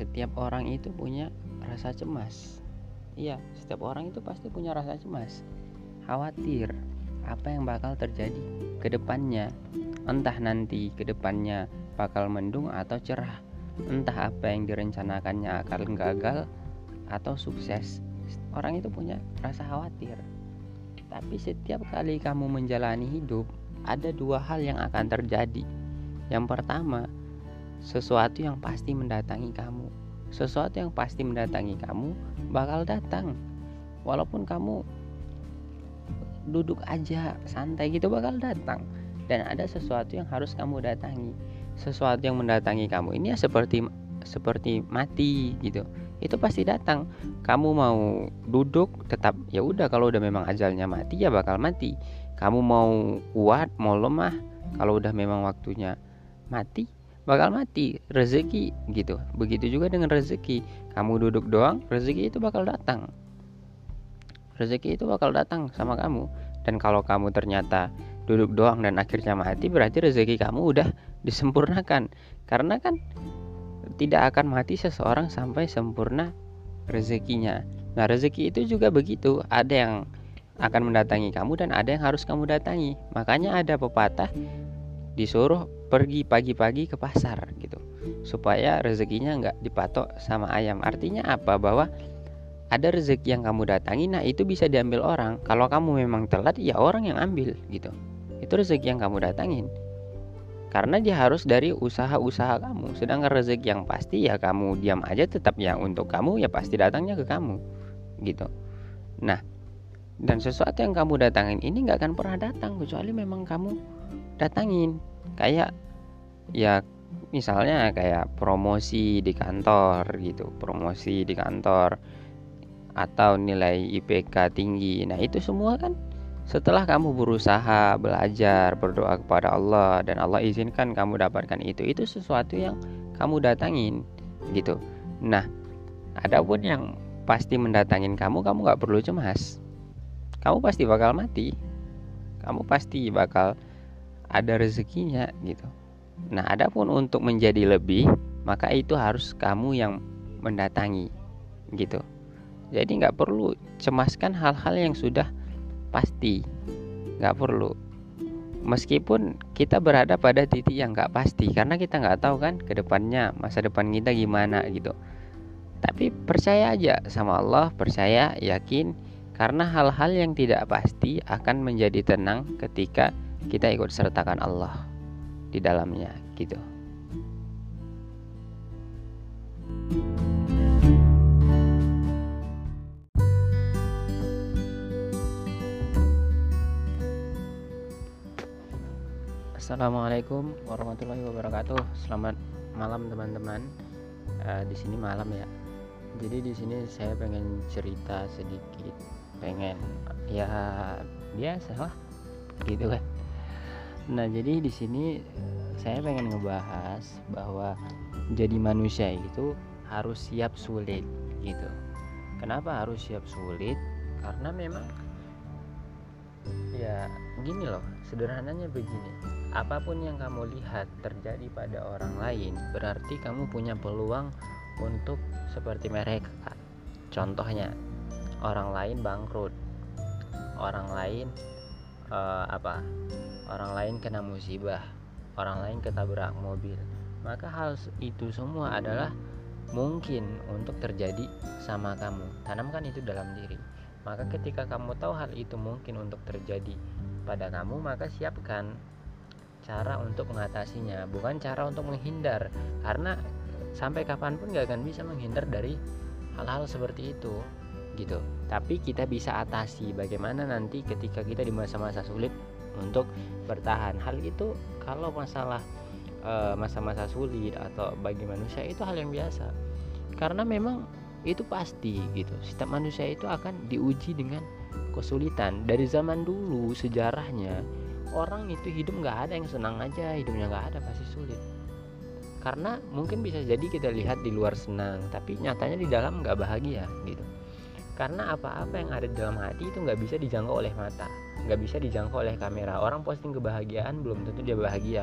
setiap orang itu punya rasa cemas. Iya, setiap orang itu pasti punya rasa cemas, khawatir apa yang bakal terjadi ke depannya. Entah nanti ke depannya bakal mendung atau cerah. Entah apa yang direncanakannya akan gagal atau sukses. Orang itu punya rasa khawatir. Tapi setiap kali kamu menjalani hidup, ada dua hal yang akan terjadi. Yang pertama, sesuatu yang pasti mendatangi kamu. Sesuatu yang pasti mendatangi kamu bakal datang. Walaupun kamu duduk aja santai gitu, bakal datang. Dan ada sesuatu yang harus kamu datangi. Sesuatu yang mendatangi kamu ini ya seperti mati gitu. Itu pasti datang. Kamu mau duduk tetap ya udah, kalau udah memang ajalnya mati ya bakal mati. Kamu mau kuat, mau lemah, kalau udah memang waktunya mati bakal mati. Rezeki gitu. Begitu juga dengan rezeki. Kamu duduk doang, rezeki itu bakal datang. Rezeki itu bakal datang sama kamu. Dan kalau kamu ternyata duduk doang dan akhirnya mati, berarti rezeki kamu udah disempurnakan. Karena kan tidak akan mati seseorang sampai sempurna rezekinya. Nah, rezeki itu juga begitu. Ada yang akan mendatangi kamu dan ada yang harus kamu datangi. Makanya ada pepatah, disuruh pergi pagi-pagi ke pasar gitu, supaya rezekinya nggak dipatok sama ayam. Artinya apa? Bahwa ada rezeki yang kamu datangi, nah itu bisa diambil orang. Kalau kamu memang telat, ya orang yang ambil gitu. Itu rezeki yang kamu datangin, karena dia harus dari usaha-usaha kamu. Sedangkan rezeki yang pasti ya kamu diam aja tetap ya untuk kamu, ya pasti datangnya ke kamu gitu. Nah, dan sesuatu yang kamu datangin ini gak akan pernah datang kecuali memang kamu datangin. Kayak ya misalnya kayak promosi di kantor gitu, promosi di kantor atau nilai IPK tinggi. Nah itu semua kan setelah kamu berusaha, belajar, berdoa kepada Allah, dan Allah izinkan kamu dapatkan itu sesuatu yang kamu datangin gitu. Nah, adapun yang pasti mendatangin kamu gak perlu cemas. Kamu pasti bakal mati. Kamu pasti bakal ada rezekinya gitu. Nah, adapun untuk menjadi lebih, maka itu harus kamu yang mendatangi gitu. Jadi gak perlu cemaskan hal-hal yang sudah pasti, nggak perlu. Meskipun kita berada pada titik yang nggak pasti, karena kita nggak tahu kan ke depannya, masa depan kita gimana gitu. Tapi percaya aja sama Allah, percaya, yakin, karena hal-hal yang tidak pasti akan menjadi tenang ketika kita ikut sertakan Allah di dalamnya gitu. Assalamualaikum warahmatullahi wabarakatuh. Selamat malam teman-teman. Di sini malam ya. Jadi di sini saya pengen cerita sedikit, pengen ya biasa lah gitu kan. Nah, jadi di sini saya pengen ngebahas bahwa jadi manusia itu harus siap sulit gitu. Kenapa harus siap sulit? Karena memang ya gini loh, sederhananya begini. Apapun yang kamu lihat terjadi pada orang lain, berarti kamu punya peluang untuk seperti mereka. Contohnya, orang lain bangkrut, orang lain orang lain kena musibah, orang lain ketabrak mobil. Maka hal itu semua adalah mungkin untuk terjadi sama kamu. Tanamkan itu dalam diri. Maka ketika kamu tahu hal itu mungkin untuk terjadi pada kamu, maka siapkan cara untuk mengatasinya, bukan cara untuk menghindar. Karena sampai kapanpun gak akan bisa menghindar dari hal-hal seperti itu gitu. Tapi kita bisa atasi bagaimana nanti ketika kita di masa-masa sulit untuk bertahan. Hal itu kalau masalah masa-masa sulit atau bagi manusia itu hal yang biasa. Karena memang itu pasti gitu. Setiap manusia itu akan diuji dengan kesulitan. Dari zaman dulu sejarahnya, orang itu hidup gak ada yang senang aja, hidupnya gak ada, pasti sulit. Karena mungkin bisa jadi kita lihat di luar senang, tapi nyatanya di dalam gak bahagia gitu. Karena apa-apa yang ada di dalam hati itu gak bisa dijangkau oleh mata, gak bisa dijangkau oleh kamera. Orang posting kebahagiaan belum tentu dia bahagia.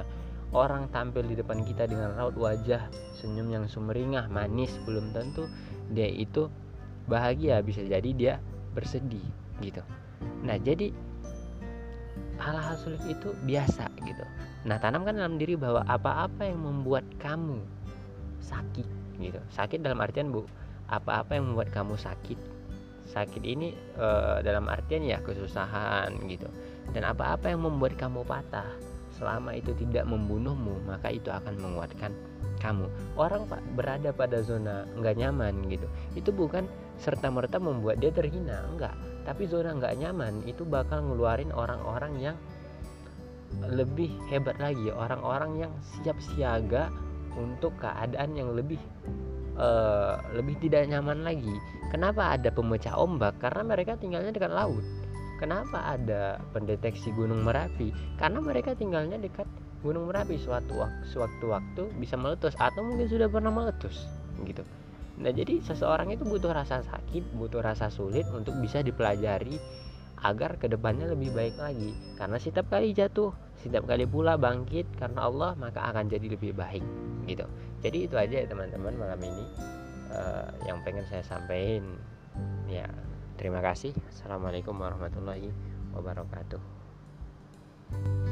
Orang tampil di depan kita dengan raut wajah, senyum yang sumringah, manis, belum tentu dia itu bahagia, bisa jadi dia bersedih gitu. Nah, jadi hal-hal sulit itu biasa gitu. Nah, tanamkan dalam diri bahwa apa-apa yang membuat kamu sakit gitu. Sakit dalam artian apa-apa yang membuat kamu sakit. Sakit ini dalam artian ya kesusahan gitu. Dan apa-apa yang membuat kamu patah, selama itu tidak membunuhmu, maka itu akan menguatkan kamu. Orang berada pada zona nggak nyaman gitu, itu bukan serta-merta membuat dia terhina, enggak. Tapi zona nggak nyaman itu bakal ngeluarin orang-orang yang lebih hebat lagi, orang-orang yang siap siaga untuk keadaan yang lebih tidak nyaman lagi. Kenapa ada pemecah ombak? Karena mereka tinggalnya dekat laut. Kenapa ada pendeteksi gunung Merapi? Karena mereka tinggalnya dekat gunung Merapi. Sewaktu-waktu bisa meletus atau mungkin sudah pernah meletus gitu. Nah, jadi seseorang itu butuh rasa sakit, butuh rasa sulit untuk bisa dipelajari agar kedepannya lebih baik lagi. Karena setiap kali jatuh, setiap kali pula bangkit karena Allah, maka akan jadi lebih baik gitu. Jadi itu aja ya teman-teman malam ini yang pengen saya sampaikan ya. Terima kasih. Assalamualaikum warahmatullahi wabarakatuh.